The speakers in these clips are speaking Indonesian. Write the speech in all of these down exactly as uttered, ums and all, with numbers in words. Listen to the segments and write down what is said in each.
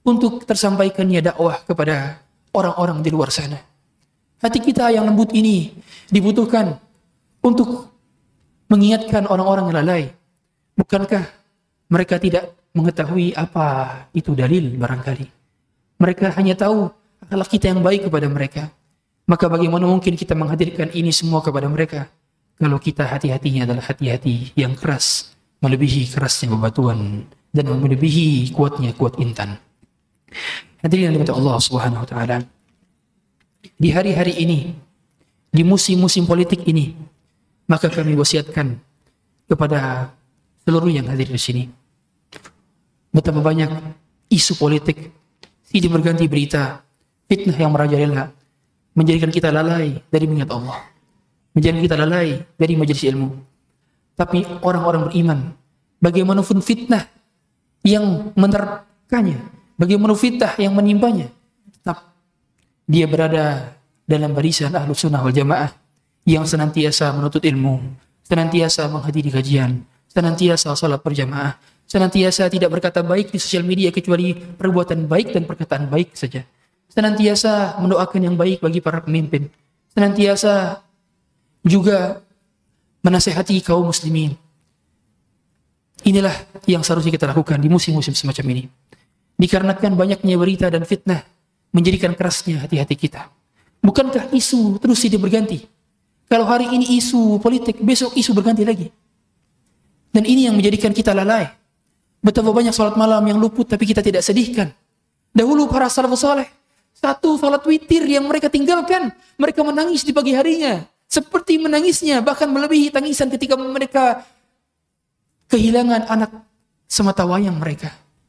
untuk tersampaikannya dakwah kepada orang-orang di luar sana. Hati kita yang lembut ini dibutuhkan untuk mengingatkan orang-orang yang lalai. Bukankah mereka tidak mengetahui apa itu dalil barangkali? Mereka hanya tahu akhlak kita yang baik kepada mereka. Maka bagaimana mungkin kita menghadirkan ini semua kepada mereka kalau kita hati-hatinya adalah hati-hati yang keras, melebihi kerasnya bebatuan dan melebihi kuatnya kuat intan. Hadirin yang dimuliakan Allah Subhanahu wa taala. Di hari-hari ini, di musim-musim politik ini, maka kami wasiatkan kepada seluruh yang hadir di sini. Betapa banyak isu politik, silih berganti berita, fitnah yang merajalela, menjadikan kita lalai dari mengingat Allah, menjadikan kita lalai dari majelis ilmu. Tapi orang-orang beriman, bagaimanapun fitnah yang menerkanya, bagaimana fitnah yang menimpanya, tetap dia berada dalam barisan Ahlus Sunnah wal Jamaah yang senantiasa menuntut ilmu, senantiasa menghadiri kajian, senantiasa salat berjamaah, senantiasa tidak berkata baik di sosial media kecuali perbuatan baik dan perkataan baik saja, senantiasa mendoakan yang baik bagi para pemimpin, senantiasa juga menasihati kaum muslimin. Inilah yang seharusnya kita lakukan di musim-musim semacam ini. Dikarenakan banyaknya berita dan fitnah menjadikan kerasnya hati-hati kita. Bukankah isu terus silih berganti? Kalau hari ini isu politik, besok isu berganti lagi. Dan ini yang menjadikan kita lalai. Betapa banyak salat malam yang luput tapi kita tidak sedihkan. Dahulu para salafus saleh, satu salat witir yang mereka tinggalkan, mereka menangis di pagi harinya. Seperti menangisnya, bahkan melebihi tangisan ketika mereka kehilangan anak semata wayang mereka.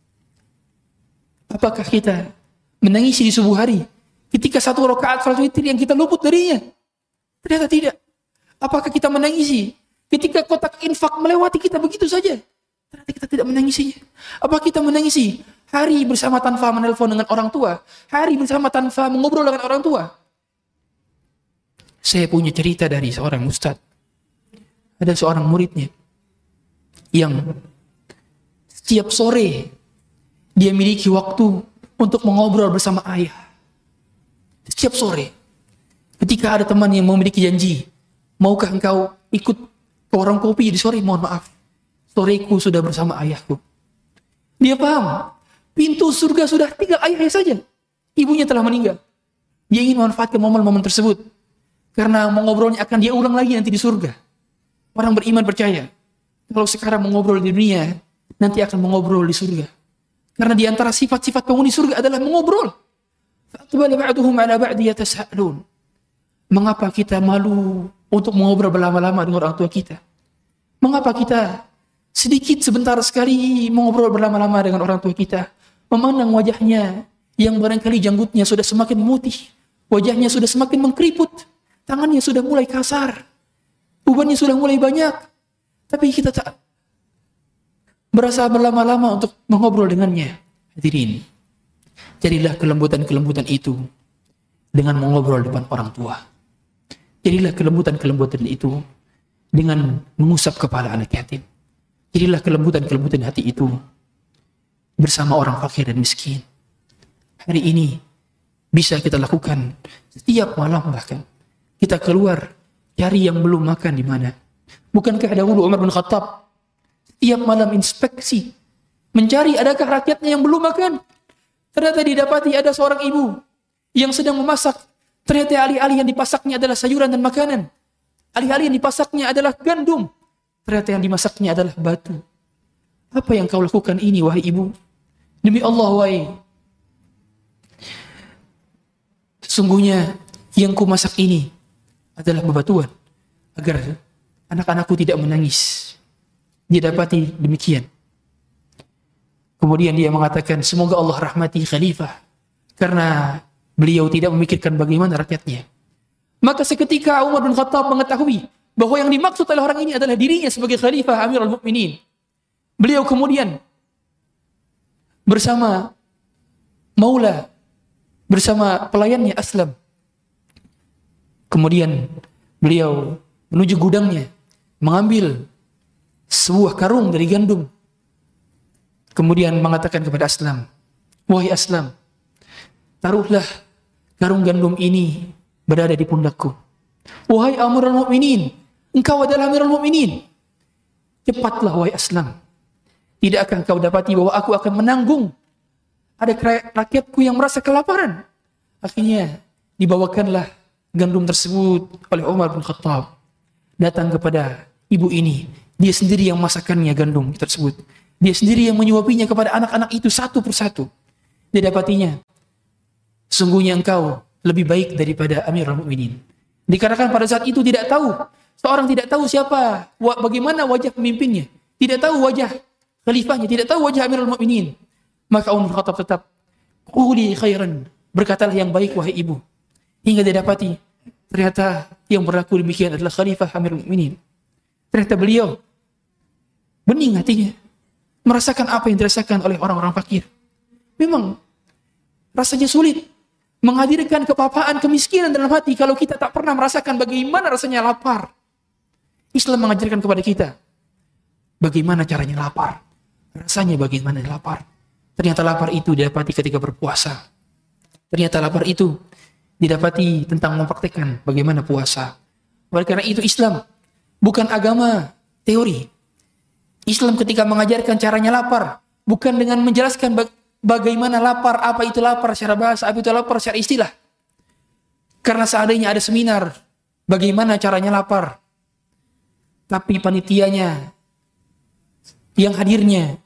Apakah kita menangisi di subuh hari ketika satu rakaat salat witir yang kita luput darinya? Ternyata tidak. Apakah kita menangisi ketika kotak infak melewati kita begitu saja? Ternyata kita tidak menangisinya. Apakah kita menangisi hari bersama tanpa menelpon dengan orang tua, hari bersama tanpa mengobrol dengan orang tua? Saya punya cerita dari seorang ustadz. Ada seorang muridnya yang setiap sore dia miliki waktu untuk mengobrol bersama ayah. Setiap sore. Ketika ada teman yang memiliki janji, maukah engkau ikut ke warung kopi di sore? Mohon maaf, soreku sudah bersama ayahku. Dia paham, pintu surga sudah tinggal ayahnya saja. Ibunya telah meninggal. Dia ingin memanfaatkan momen-momen tersebut, karena mengobrolnya akan dia ulang lagi nanti di surga. Orang beriman percaya, kalau sekarang mengobrol di dunia, nanti akan mengobrol di surga. Karena di antara sifat-sifat penghuni surga adalah mengobrol. Fa'aqbala ba'duhum 'ala ba'di yatasaalun. Mengapa kita malu untuk mengobrol berlama-lama dengan orang tua kita? Mengapa kita sedikit sebentar sekali mengobrol berlama-lama dengan orang tua kita? Memandang wajahnya yang barangkali janggutnya sudah semakin memutih, wajahnya sudah semakin mengkeriput, tangannya sudah mulai kasar, ubannya sudah mulai banyak, tapi kita tak berasa berlama-lama untuk mengobrol dengannya. Hadirin, jadilah kelembutan-kelembutan itu dengan mengobrol depan orang tua. Jadilah kelembutan-kelembutan itu dengan mengusap kepala anak yatim. Jadilah kelembutan-kelembutan hati itu bersama orang fakir dan miskin. Hari ini bisa kita lakukan setiap malam, bahkan kita keluar cari yang belum makan di mana. Bukankah dahulu Umar bin Khattab setiap malam inspeksi, mencari adakah rakyatnya yang belum makan? Ternyata didapati ada seorang ibu yang sedang memasak. Ternyata alih-alih yang dipasaknya adalah sayuran dan makanan, alih-alih yang dipasaknya adalah gandum, ternyata yang dimasaknya adalah batu. Apa yang kau lakukan ini, wahai ibu? Demi Allah, wahai, sesungguhnya yang ku masak ini adalah bebatuan agar anak-anakku tidak menangis. Dia dapati demikian. Kemudian dia mengatakan, semoga Allah rahmati khalifah, karena beliau tidak memikirkan bagaimana rakyatnya. Maka seketika Umar bin Khattab mengetahui bahwa yang dimaksud oleh orang ini adalah dirinya sebagai khalifah Amirul Mukminin. Beliau kemudian bersama Maula, bersama pelayannya Aslam, kemudian beliau menuju gudangnya, mengambil sebuah karung dari gandum, kemudian mengatakan kepada Aslam, Wahai Aslam, taruhlah karung gandum ini berada di pundakku. Wahai Amirul Mukminin, engkau adalah Amirul Mukminin. Cepatlah wahai Aslam. Tidak akan kau dapati bahwa aku akan menanggung ada rakyatku yang merasa kelaparan. Akhirnya dibawakanlah gandum tersebut oleh Umar bin Khattab. Datang kepada ibu ini. Dia sendiri yang masakannya gandum tersebut. Dia sendiri yang menyuapinya kepada anak-anak itu satu persatu. Dia dapatinya, sungguhnya engkau lebih baik daripada Amirul Mukminin. Dikarenakan pada saat itu tidak tahu, seorang tidak tahu siapa, bagaimana wajah pemimpinnya, tidak tahu wajah khalifahnya, tidak tahu wajah Amirul Mukminin. Maka Umar bin Khattab tetap, quli khairan, berkatalah yang baik wahai ibu. Hingga dia dapati, ternyata yang berlaku demikian adalah Khalifah Amirul Mukminin. Ternyata beliau bening hatinya, merasakan apa yang dirasakan oleh orang-orang fakir. Memang rasanya sulit menghadirkan kepapaan, kemiskinan dalam hati kalau kita tak pernah merasakan bagaimana rasanya lapar. Islam mengajarkan kepada kita bagaimana caranya lapar, rasanya bagaimana lapar. Ternyata lapar itu didapati ketika berpuasa. Ternyata lapar itu didapati tentang mempraktekkan bagaimana puasa. Oleh karena itu Islam bukan agama teori. Islam ketika mengajarkan caranya lapar bukan dengan menjelaskan bag- bagaimana lapar, apa itu lapar secara bahasa, apa itu lapar secara istilah. Karena seandainya ada seminar bagaimana caranya lapar, tapi panitianya yang hadirnya,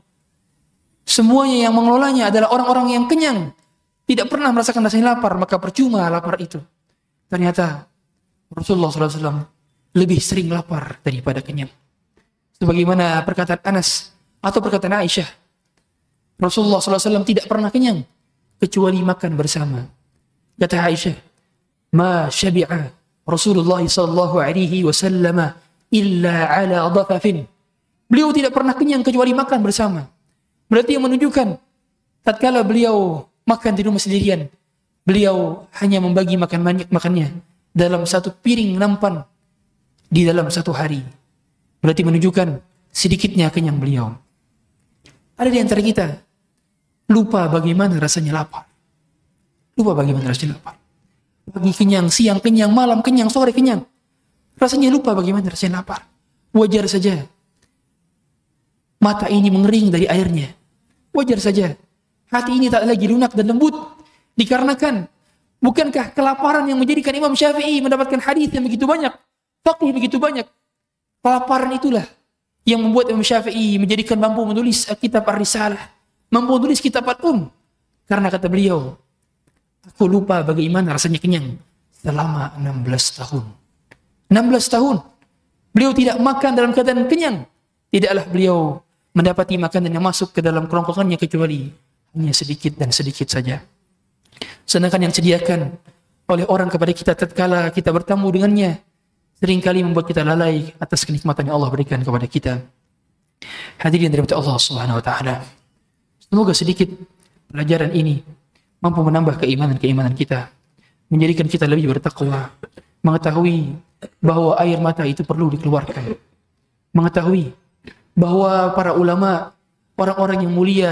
semuanya yang mengelolanya adalah orang-orang yang kenyang, tidak pernah merasakan rasanya lapar, maka percuma lapar itu. Ternyata Rasulullah shallallahu alaihi wasallam lebih sering lapar daripada kenyang. Sebagaimana perkataan Anas atau perkataan Aisyah, Rasulullah shallallahu alaihi wasallam tidak pernah kenyang kecuali makan bersama. Kata Aisyah, ma syabi'a Rasulullah sallallahu alaihi wasallam illa ala dhafafin. Beliau tidak pernah kenyang kecuali makan bersama. Berarti yang menunjukkan tatkala beliau makan di rumah sendirian, beliau hanya membagi makan banyak makannya dalam satu piring nampan di dalam satu hari. Berarti menunjukkan sedikitnya kenyang beliau. Ada di antara kita lupa bagaimana rasanya lapar. Lupa bagaimana rasanya lapar. Pagi kenyang, siang kenyang, malam kenyang, sore kenyang. Rasanya lupa bagaimana rasanya lapar. Wajar saja mata ini mengering dari airnya. Wajar saja hati ini tak lagi lunak dan lembut. Dikarenakan bukankah kelaparan yang menjadikan Imam Syafi'i mendapatkan hadis yang begitu banyak, faqih begitu banyak. Kelaparan itulah yang membuat Imam Syafi'i menjadikan mampu menulis kitab Ar-Risalah, mampu menulis kitab Al-Um. Karena kata beliau, aku lupa bagaimana rasanya kenyang selama enam belas tahun. enam belas tahun beliau tidak makan dalam keadaan kenyang. Tidaklah beliau mendapati makanan yang masuk ke dalam kerongkongannya kecuali hanya sedikit dan sedikit saja. Sedangkan yang disediakan oleh orang kepada kita tatkala kita bertemu dengannya seringkali membuat kita lalai atas kenikmatan yang Allah berikan kepada kita. Hadirin dirahmati Allah Subhanahu wa taala. Semoga sedikit pelajaran ini mampu menambah keimanan-keimanan kita, menjadikan kita lebih bertakwa, mengetahui bahwa air mata itu perlu dikeluarkan, mengetahui bahwa para ulama, orang-orang yang mulia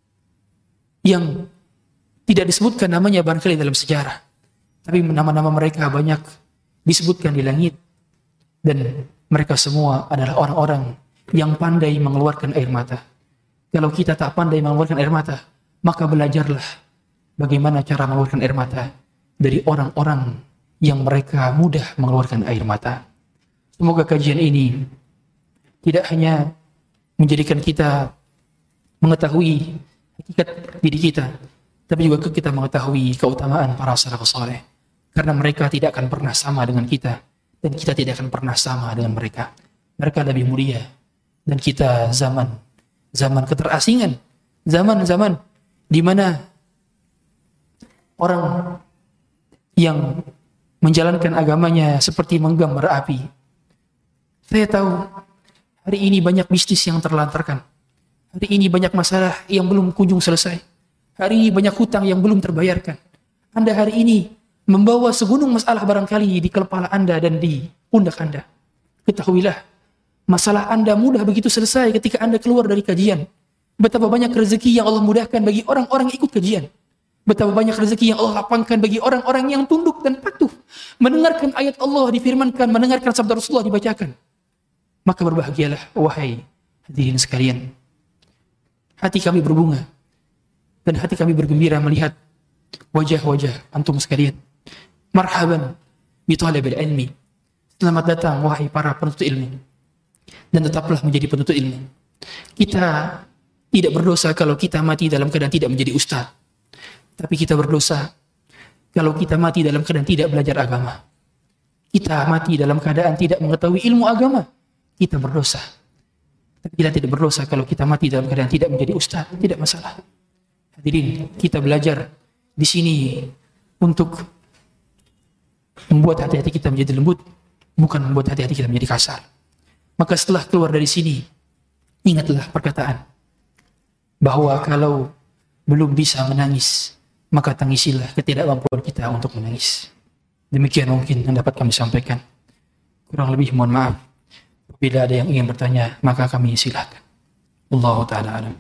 yang tidak disebutkan namanya barangkali dalam sejarah, tapi nama-nama mereka banyak disebutkan di langit. Dan mereka semua adalah orang-orang yang pandai mengeluarkan air mata. Kalau kita tak pandai mengeluarkan air mata, maka belajarlah bagaimana cara mengeluarkan air mata dari orang-orang yang mereka mudah mengeluarkan air mata. Semoga kajian ini tidak hanya menjadikan kita mengetahui hakikat diri kita, tapi juga kita mengetahui keutamaan para salafus saleh. Karena mereka tidak akan pernah sama dengan kita, dan kita tidak akan pernah sama dengan mereka. Mereka lebih mulia, dan kita zaman zaman keterasingan, zaman-zaman di mana orang yang menjalankan agamanya seperti menggambar api. Saya tahu hari ini banyak bisnis yang terlantarkan. Hari ini banyak masalah yang belum kunjung selesai. Hari ini banyak hutang yang belum terbayarkan. Anda hari ini membawa segunung masalah barangkali di kepala Anda dan di pundak Anda. Ketahuilah, masalah Anda mudah begitu selesai ketika Anda keluar dari kajian. Betapa banyak rezeki yang Allah mudahkan bagi orang-orang yang ikut kajian. Betapa banyak rezeki yang Allah lapangkan bagi orang-orang yang tunduk dan patuh. Mendengarkan ayat Allah difirmankan, mendengarkan sabda Rasulullah dibacakan. Maka berbahagialah, wahai hadirin sekalian. Hati kami berbunga. Dan hati kami bergembira melihat wajah-wajah antum sekalian. Marhaban bi talabil ilmi. Selamat datang wahai para penuntut ilmu. Dan tetaplah menjadi penuntut ilmu. Kita tidak berdosa kalau kita mati dalam keadaan tidak menjadi ustaz. Tapi kita berdosa kalau kita mati dalam keadaan tidak belajar agama. Kita mati dalam keadaan tidak mengetahui ilmu agama. Kita berdosa. Tapi kita tidak berdosa kalau kita mati dalam keadaan tidak menjadi ustaz. Tidak masalah. Hadirin, kita belajar di sini untuk membuat hati-hati kita menjadi lembut, bukan membuat hati-hati kita menjadi kasar. Maka setelah keluar dari sini, ingatlah perkataan bahwa kalau belum bisa menangis, maka tangisilah ketidakmampuan kita untuk menangis. Demikian mungkin yang dapat kami sampaikan. Kurang lebih mohon maaf. Bila ada yang ingin bertanya, maka kami silakan. Wallahu ta'ala alam.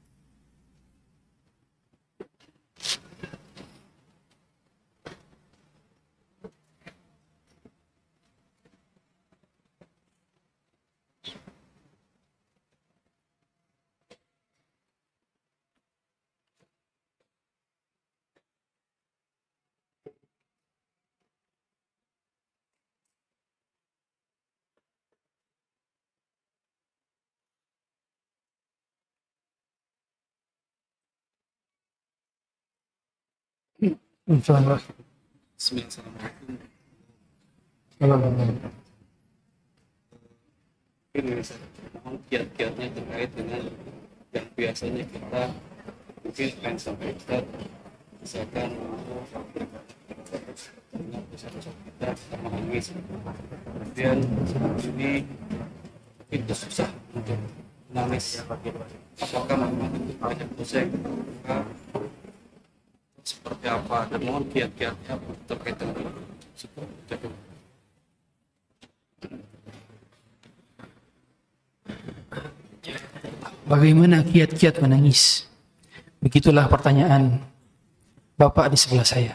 Insyaallah. Bismillahirrahmanirrahim. Alhamdulillah. Ini mohon kiat-kiatnya terkait dengan yang biasanya kita mungkin akan sampai kita misalkan dengan dosa-dosa kita kita menangis, kemudian ini itu susah untuk menangis. Apakah memang itu banyak dosa yang kita lakukan? Seperti apa, dan mohon kiat-kiatnya terkait dengan itu. Bagaimana kiat-kiat menangis? Begitulah pertanyaan Bapak di sebelah saya.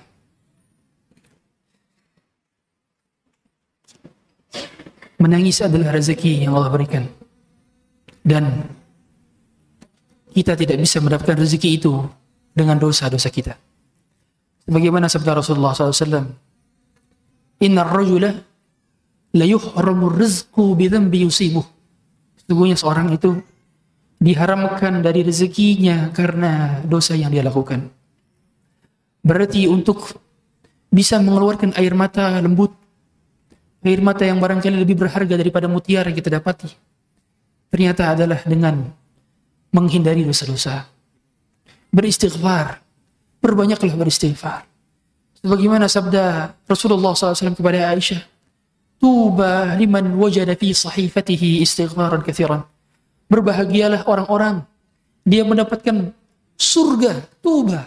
Menangis adalah rezeki yang Allah berikan. Dan kita tidak bisa mendapatkan rezeki itu dengan dosa-dosa kita. Sebagaimana sabda Rasulullah shallallahu alaihi wasallam, Inna rajula la yuhramu rizqu bidhanbi yusibuh. Sesungguhnya seorang itu diharamkan dari rezekinya karena dosa yang dia lakukan. Berarti untuk bisa mengeluarkan air mata lembut, air mata yang barangkali lebih berharga daripada mutiara yang kita dapati, ternyata adalah dengan menghindari dosa-dosa. Beristighfar, perbanyaklah beristighfar. Sebagaimana sabda Rasulullah shallallahu alaihi wasallam kepada Aisyah, Tuba liman wajada fi sahifatihi istighfaran katsiran. Berbahagialah orang-orang dia mendapatkan surga, tuba.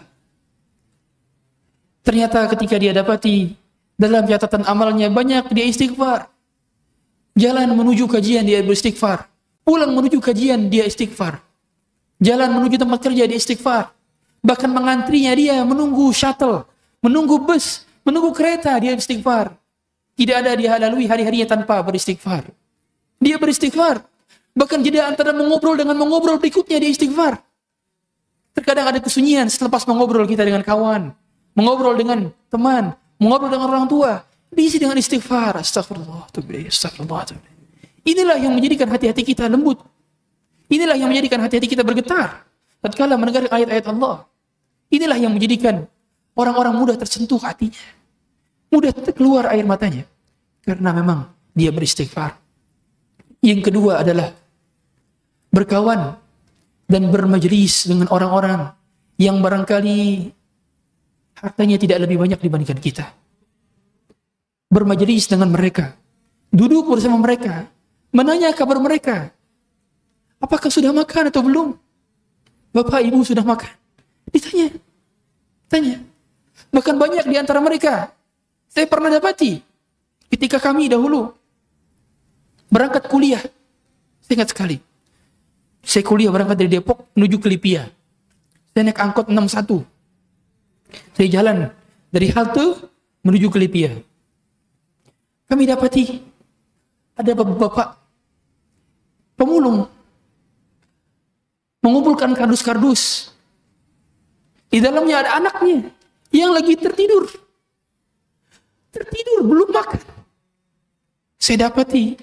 Ternyata ketika dia dapati dalam catatan amalnya banyak dia istighfar. Jalan menuju kajian dia beristighfar. Pulang menuju kajian dia istighfar. Jalan menuju tempat kerja dia istighfar. Bahkan mengantrinya dia menunggu shuttle, menunggu bus, menunggu kereta dia istighfar. Tidak ada dia lalui hari-harinya tanpa beristighfar. Dia beristighfar. Bahkan jeda antara mengobrol dengan mengobrol berikutnya dia istighfar. Terkadang ada kesunyian selepas mengobrol kita dengan kawan, mengobrol dengan teman, mengobrol dengan orang tua, diisi dengan istighfar. Astagfirullah, astagfirullah. Inilah yang menjadikan hati-hati kita lembut. Inilah yang menjadikan hati-hati kita bergetar tatkala mendengar ayat-ayat Allah. Inilah yang menjadikan orang-orang mudah tersentuh hatinya, mudah keluar air matanya, karena memang dia beristighfar. Yang kedua adalah berkawan dan bermajlis dengan orang-orang yang barangkali hartanya tidak lebih banyak dibandingkan kita. Bermajlis dengan mereka, duduk bersama mereka, menanya kabar mereka. Apakah sudah makan atau belum? Bapak ibu sudah makan? Ditanya. Tanya. Bahkan banyak di antara mereka saya pernah dapati ketika kami dahulu berangkat kuliah. Saya ingat sekali. Saya kuliah berangkat dari Depok menuju ke Lipia. Saya naik angkot enam satu. Saya jalan dari halte menuju ke Lipia. Kami dapati ada bapak-bapak pemulung mengumpulkan kardus-kardus. Di dalamnya ada anaknya yang lagi tertidur. Tertidur, belum makan. Saya dapati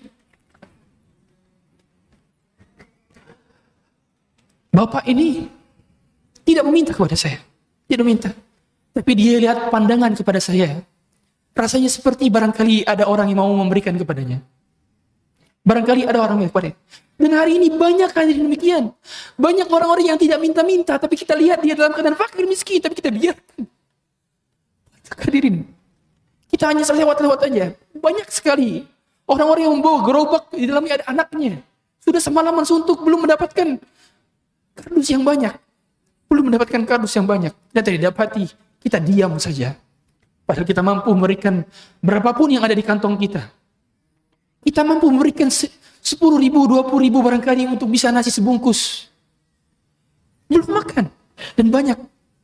bapak ini tidak meminta kepada saya. Tidak meminta. Tapi dia lihat pandangan kepada saya. Rasanya seperti barangkali ada orang yang mau memberikan kepadanya. Barangkali ada orang yang kepadanya. Dan hari ini banyak hadirin demikian. Banyak orang-orang yang tidak minta-minta, tapi kita lihat dia dalam keadaan fakir miskin, tapi kita biarkan. Hadirin, kita hanya selewat-lewat aja. Banyak sekali orang-orang yang membawa gerobak, di dalamnya ada anaknya. Sudah semalaman suntuk, belum mendapatkan kardus yang banyak. Belum mendapatkan kardus yang banyak. Dan tidak dapati, kita diam saja. Padahal kita mampu memberikan berapapun yang ada di kantong kita. Kita mampu memberikan sepuluh ribu, dua puluh ribu barangkali untuk bisa nasi sebungkus. Belum makan. Dan banyak.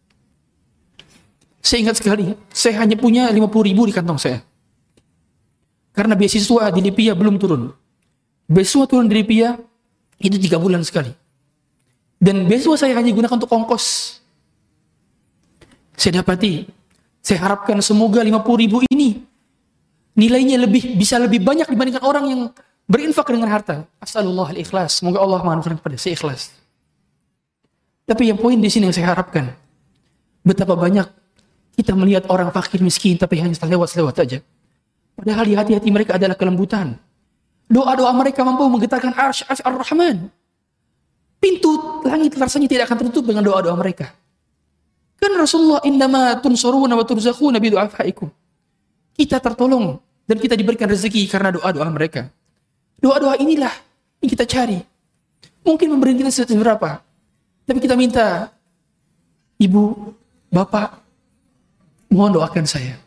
Saya ingat sekali, saya hanya punya lima puluh ribu di kantong saya. Karena beasiswa di Lipia belum turun. Beasiswa turun di Lipia, itu tiga bulan sekali. Dan beasiswa saya hanya gunakan untuk ongkos. Saya dapati, saya harapkan semoga lima puluh ribu ini nilainya lebih bisa lebih banyak dibandingkan orang yang berinfak dengan harta. Asalullah al-ikhlas. Semoga Allah menganugerahkan kepada saya ikhlas. Tapi yang poin di sini yang saya harapkan, betapa banyak kita melihat orang fakir miskin tapi hanya selewat-selewat saja. Padahal di hati-hati mereka adalah kelembutan. Doa-doa mereka mampu menggetarkan arsy ar-Rahman. Pintu langit rasanya tidak akan tertutup dengan doa-doa mereka. Kan Rasulullah innama tunsuruna wa turzaquna bi du'afaikum. Kita tertolong dan kita diberikan rezeki karena doa-doa mereka. Doa-doa inilah yang kita cari. Mungkin memberi kita seberapa, tapi kita minta, ibu, bapak, mohon doakan saya.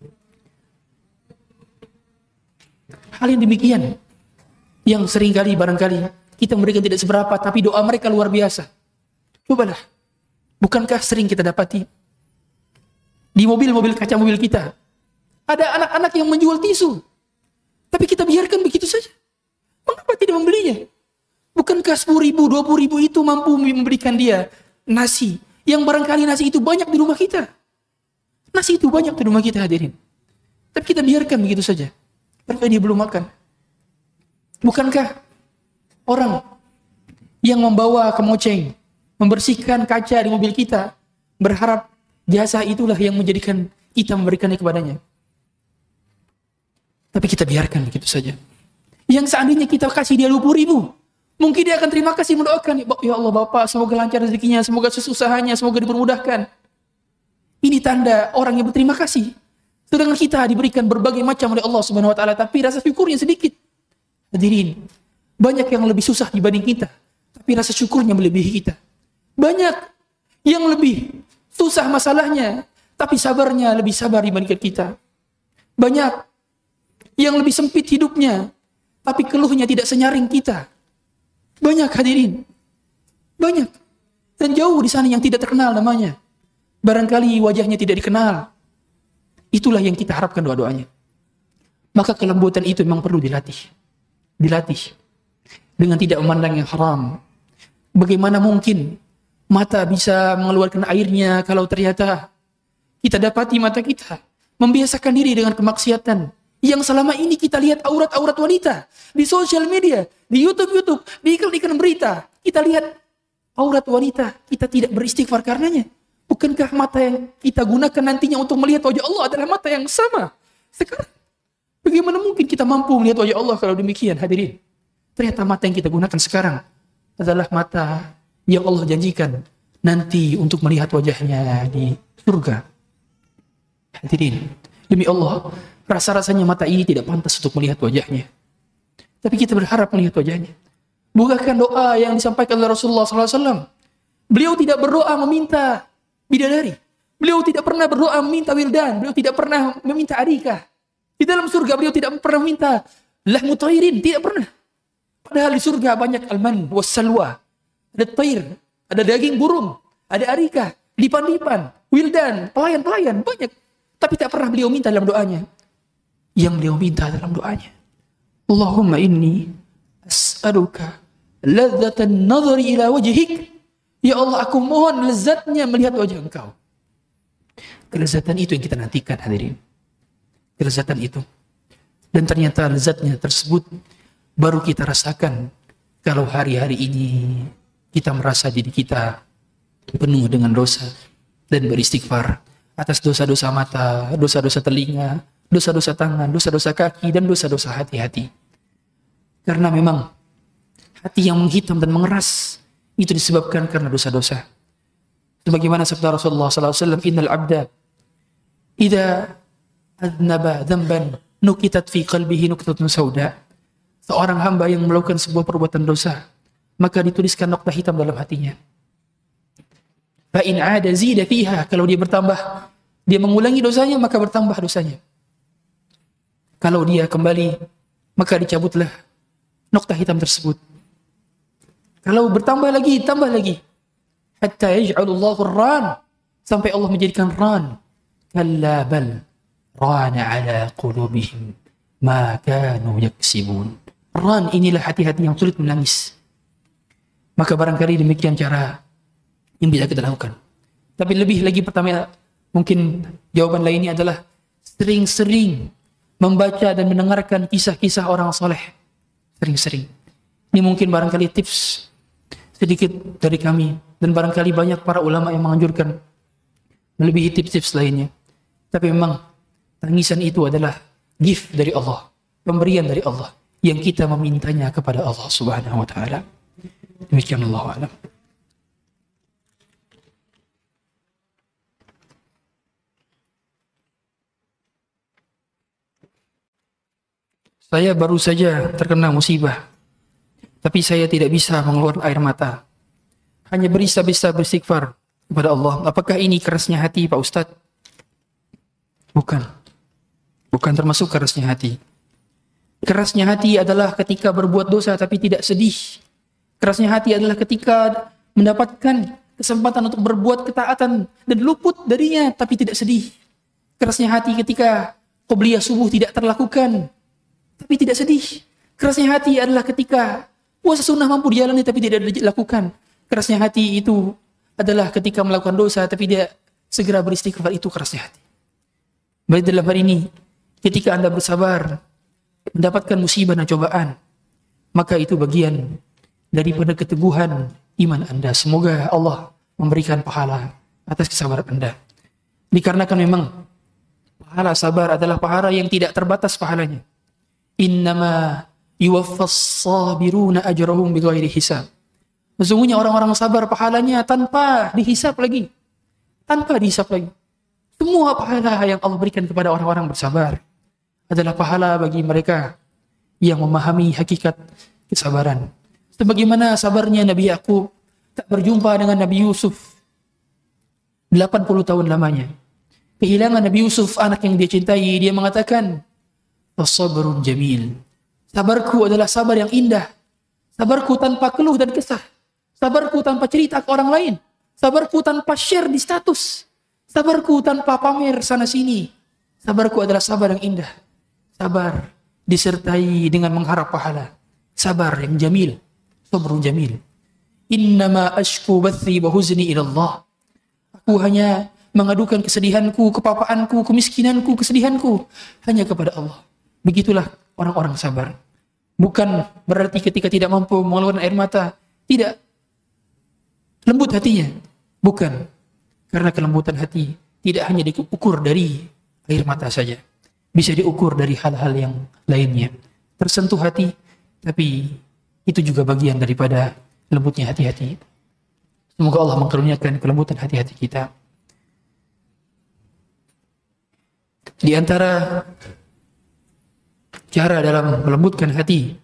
Hal yang demikian, yang seringkali barangkali kita memberikan tidak seberapa, tapi doa mereka luar biasa. Cobalah, bukankah sering kita dapati di mobil-mobil kaca mobil kita, ada anak-anak yang menjual tisu, tapi kita biarkan begitu saja. Mengapa tidak membelinya? Bukankah sepuluh ribu, dua puluh ribu itu mampu memberikan dia nasi, yang barangkali nasi itu banyak di rumah kita. Nasi itu banyak di rumah kita, hadirin. Tapi kita biarkan begitu saja. Barangkali dia belum makan. Bukankah orang yang membawa kemoceng, membersihkan kaca di mobil kita, berharap jasa itulah yang menjadikan kita memberikannya kepadanya. Tapi kita biarkan begitu saja. Yang seandainya kita kasih dia dua puluh ribu, mungkin dia akan terima kasih mendoakan, ya Allah Bapak, semoga lancar rezekinya, semoga susahnya, semoga dipermudahkan. Ini tanda orang yang berterima kasih. Sedangkan kita diberikan berbagai macam oleh Allah Subhanahu wa taala, tapi rasa syukurnya sedikit. Hadirin, banyak yang lebih susah dibanding kita, tapi rasa syukurnya melebihi kita. Banyak yang lebih susah masalahnya, tapi sabarnya lebih sabar dibandingkan kita. Banyak yang lebih sempit hidupnya, tapi keluhnya tidak senyaring kita. Banyak, hadirin. Banyak. Dan jauh di sana yang tidak terkenal namanya. Barangkali wajahnya tidak dikenal. Itulah yang kita harapkan doa-doanya. Maka kelembutan itu memang perlu dilatih. Dilatih. Dengan tidak memandang yang haram. Bagaimana mungkin mata bisa mengeluarkan airnya kalau ternyata kita dapati mata kita membiasakan diri dengan kemaksiatan. Yang selama ini kita lihat aurat-aurat wanita di sosial media, di YouTube-YouTube, di iklan-iklan berita. Kita lihat aurat wanita, kita tidak beristighfar karenanya. Bukankah mata yang kita gunakan nantinya untuk melihat wajah Allah adalah mata yang sama? Sekarang, bagaimana mungkin kita mampu melihat wajah Allah kalau demikian, hadirin? Ternyata mata yang kita gunakan sekarang adalah mata yang Allah janjikan nanti untuk melihat wajahnya di surga. Hadirin, demi Allah, rasa-rasanya mata ini tidak pantas untuk melihat wajahnya. Tapi kita berharap melihat wajahnya. Bukankah doa yang disampaikan oleh Rasulullah sallallahu alaihi wasallam? Beliau tidak berdoa meminta bidadari. Beliau tidak pernah berdoa meminta wildan. Beliau tidak pernah meminta adikah. Di dalam surga beliau tidak pernah meminta lahmu thairin. Tidak pernah. Padahal di surga banyak alman wassalwa. ada tair, ada daging burung, ada arika, dipan-dipan, wildan, pelayan-pelayan, banyak. Tapi tak pernah beliau minta dalam doanya. Yang beliau minta dalam doanya, Allahumma inni as'aluka ladzatan nadhari ila wajhik. Ya Allah, aku mohon lezatnya melihat wajah Engkau. Kelezatan itu yang kita nantikan, hadirin. Kelezatan itu. Dan ternyata lezatnya tersebut baru kita rasakan kalau hari-hari ini kita merasa diri kita penuh dengan dosa dan beristighfar atas dosa-dosa mata, dosa-dosa telinga, dosa-dosa tangan, dosa-dosa kaki, dan dosa-dosa hati-hati. Karena memang hati yang menghitam dan mengeras itu disebabkan karena dosa-dosa. Sebagaimana sabda Rasulullah sallallahu alaihi wasallam, "Innal 'abda idza adnaba dzamban nukitat fi qalbihi nuqtatun sauda." Seorang hamba yang melakukan sebuah perbuatan dosa, maka dituliskan nokta hitam dalam hatinya. Fa in 'ada zida fiha, kalau dia bertambah, dia mengulangi dosanya, maka bertambah dosanya. Kalau dia kembali, maka dicabutlah nokta hitam tersebut. Kalau bertambah lagi, tambah lagi. Hatta yaj'alullahu ar-ran, sampai Allah menjadikan ran. Kalla bal rana ala qulubihim ma kanu yaksibun. Ran, inilah hati-hati yang sulit menangis. Maka barangkali demikian cara yang bisa kita lakukan. Tapi lebih lagi pertama, mungkin jawaban lainnya adalah sering-sering membaca dan mendengarkan kisah-kisah orang soleh. Sering-sering. Ini mungkin barangkali tips sedikit dari kami. Dan barangkali banyak para ulama yang menganjurkan melebihi tips-tips lainnya. Tapi memang tangisan itu adalah gift dari Allah. Pemberian dari Allah. Yang kita memintanya kepada Allah subhanahu wa ta'ala. Demikian Allah a'lam. Saya baru saja terkena musibah, tapi saya tidak bisa mengeluarkan air mata. Hanya bisa-bisa beristighfar kepada Allah. Apakah ini kerasnya hati, Pak Ustadz? Bukan. Bukan termasuk kerasnya hati. Kerasnya hati adalah ketika berbuat dosa tapi tidak sedih. Kerasnya hati adalah ketika mendapatkan kesempatan untuk berbuat ketaatan dan luput darinya tapi tidak sedih. Kerasnya hati ketika qobliyah subuh tidak terlakukan tapi tidak sedih. Kerasnya hati adalah ketika puasa sunnah mampu dijalani tapi tidak dilakukan. Kerasnya hati itu adalah ketika melakukan dosa tapi dia segera beristighfar. Itu kerasnya hati. Baik, dalam hari ini ketika Anda bersabar mendapatkan musibah dan cobaan, maka itu bagian daripada keteguhan iman Anda. Semoga Allah memberikan pahala atas kesabaran Anda. Dikarenakan memang pahala sabar adalah pahala yang tidak terbatas pahalanya. Innama yuwaffas sabiruna ajrahum bighairi hisab. Sesungguhnya orang-orang sabar pahalanya tanpa dihisap lagi. Tanpa dihisap lagi. Semua pahala yang Allah berikan kepada orang-orang bersabar adalah pahala bagi mereka yang memahami hakikat kesabaran. Sebagaimana sabarnya Nabi Yakub tak berjumpa dengan Nabi Yusuf delapan puluh tahun lamanya. Kehilangan Nabi Yusuf, anak yang dia cintai, dia mengatakan, "As-sabrun jamil." Sabarku adalah sabar yang indah. Sabarku tanpa keluh dan kesah. Sabarku tanpa cerita ke orang lain. Sabarku tanpa share di status. Sabarku tanpa pamer sana sini. Sabarku adalah sabar yang indah. Sabar disertai dengan mengharap pahala. Sabar yang jamil. Sabrun jamil. Innama ashku bathi wa huzni ila Allah. Aku hanya mengadukan kesedihanku, kepapaanku, kemiskinanku, kesedihanku hanya kepada Allah. Begitulah orang-orang sabar. Bukan berarti ketika tidak mampu mengeluarkan air mata, tidak lembut hatinya. Bukan. Karena kelembutan hati tidak hanya diukur dari air mata saja. Bisa diukur dari hal-hal yang lainnya. Tersentuh hati, tapi itu juga bagian daripada lembutnya hati-hati. Semoga Allah mengkaruniakan kelembutan hati-hati kita. Di antara cara dalam melembutkan hati,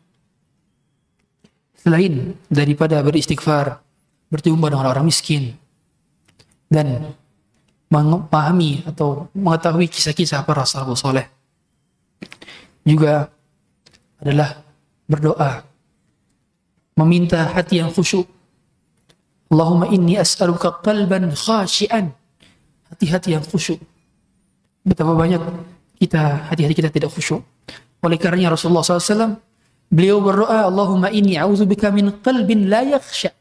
selain daripada beristighfar, berjumpa dengan orang miskin, dan memahami atau mengetahui kisah-kisah para salafus saleh, juga adalah berdoa, meminta hati yang khusyuk, Allahumma inni as'aluka qalban khashi'an, hati-hati yang khusyuk. Betapa banyak kita, hati-hati kita tidak khusyuk. Oleh karenanya Rasulullah shallallahu alaihi wasallam beliau berdoa, Allahumma inni a'udzubika min qalbin la yakhsha,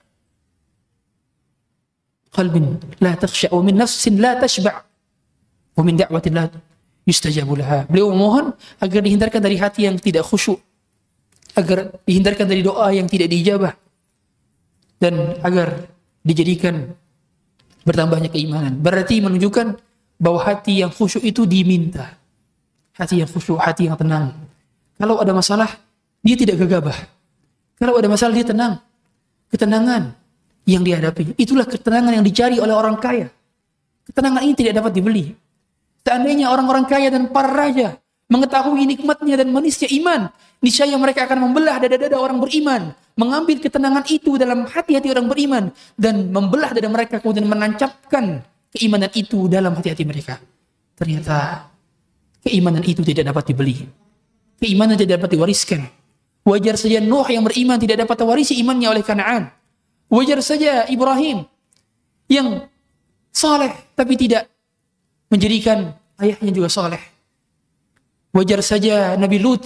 qalbin la takhsha, wa min nafsin la tashba', wa min da'watin la yustajabu laha. Beliau memohon agar dihindarkan dari hati yang tidak khusyuk, agar dihindarkan dari doa yang tidak diijabah, dan agar dijadikan bertambahnya keimanan. Berarti menunjukkan bahwa hati yang khusyuk itu diminta. Hati yang khusyuk, hati yang tenang. Kalau ada masalah, dia tidak gegabah. Kalau ada masalah, dia tenang. Ketenangan yang dihadapi, itulah ketenangan yang dicari oleh orang kaya. Ketenangan ini tidak dapat dibeli. Seandainya orang-orang kaya dan para raja mengetahui nikmatnya dan manisnya iman, niscaya mereka akan membelah dada-dada orang beriman, mengambil ketenangan itu dalam hati-hati orang beriman, dan membelah dada mereka, kemudian menancapkan keimanan itu dalam hati-hati mereka. Ternyata keimanan itu tidak dapat dibeli. Keimanan tidak dapat diwariskan. Wajar saja Nuh yang beriman tidak dapat mewarisi imannya oleh Kanaan. Wajar saja Ibrahim yang saleh tapi tidak menjadikan ayahnya juga saleh. Wajar saja Nabi Lut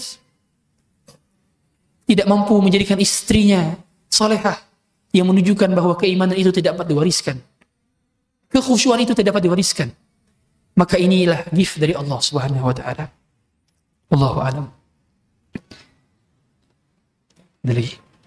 tidak mampu menjadikan istrinya salehah, yang menunjukkan bahwa keimanan itu tidak dapat diwariskan. Kekhusyuan itu tidak dapat diwariskan. Maka inilah gift dari Allah Subhanahu wa taala. Allahu a'lam. Dari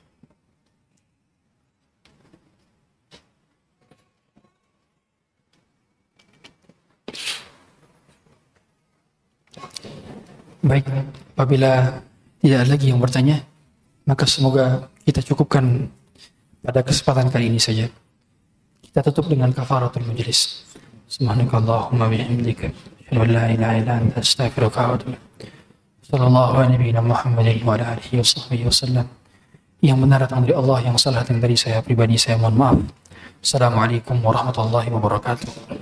Baik, apabila tidak ada lagi yang bertanya, maka semoga kita cukupkan pada kesempatan kali ini saja. Kita tutup dengan kafaratul majlis. Subhanakallahumma bihamdika, asyhadu an la ilaha illa anta, astaghfiruka wa atubu ilaik. Sallallahu alaihi Muhammadin wa ala alihi washabbihi wasallam. Yang benar datang dari Allah, yang salah datang dari saya pribadi, saya mohon maaf. Assalamualaikum warahmatullahi wabarakatuh.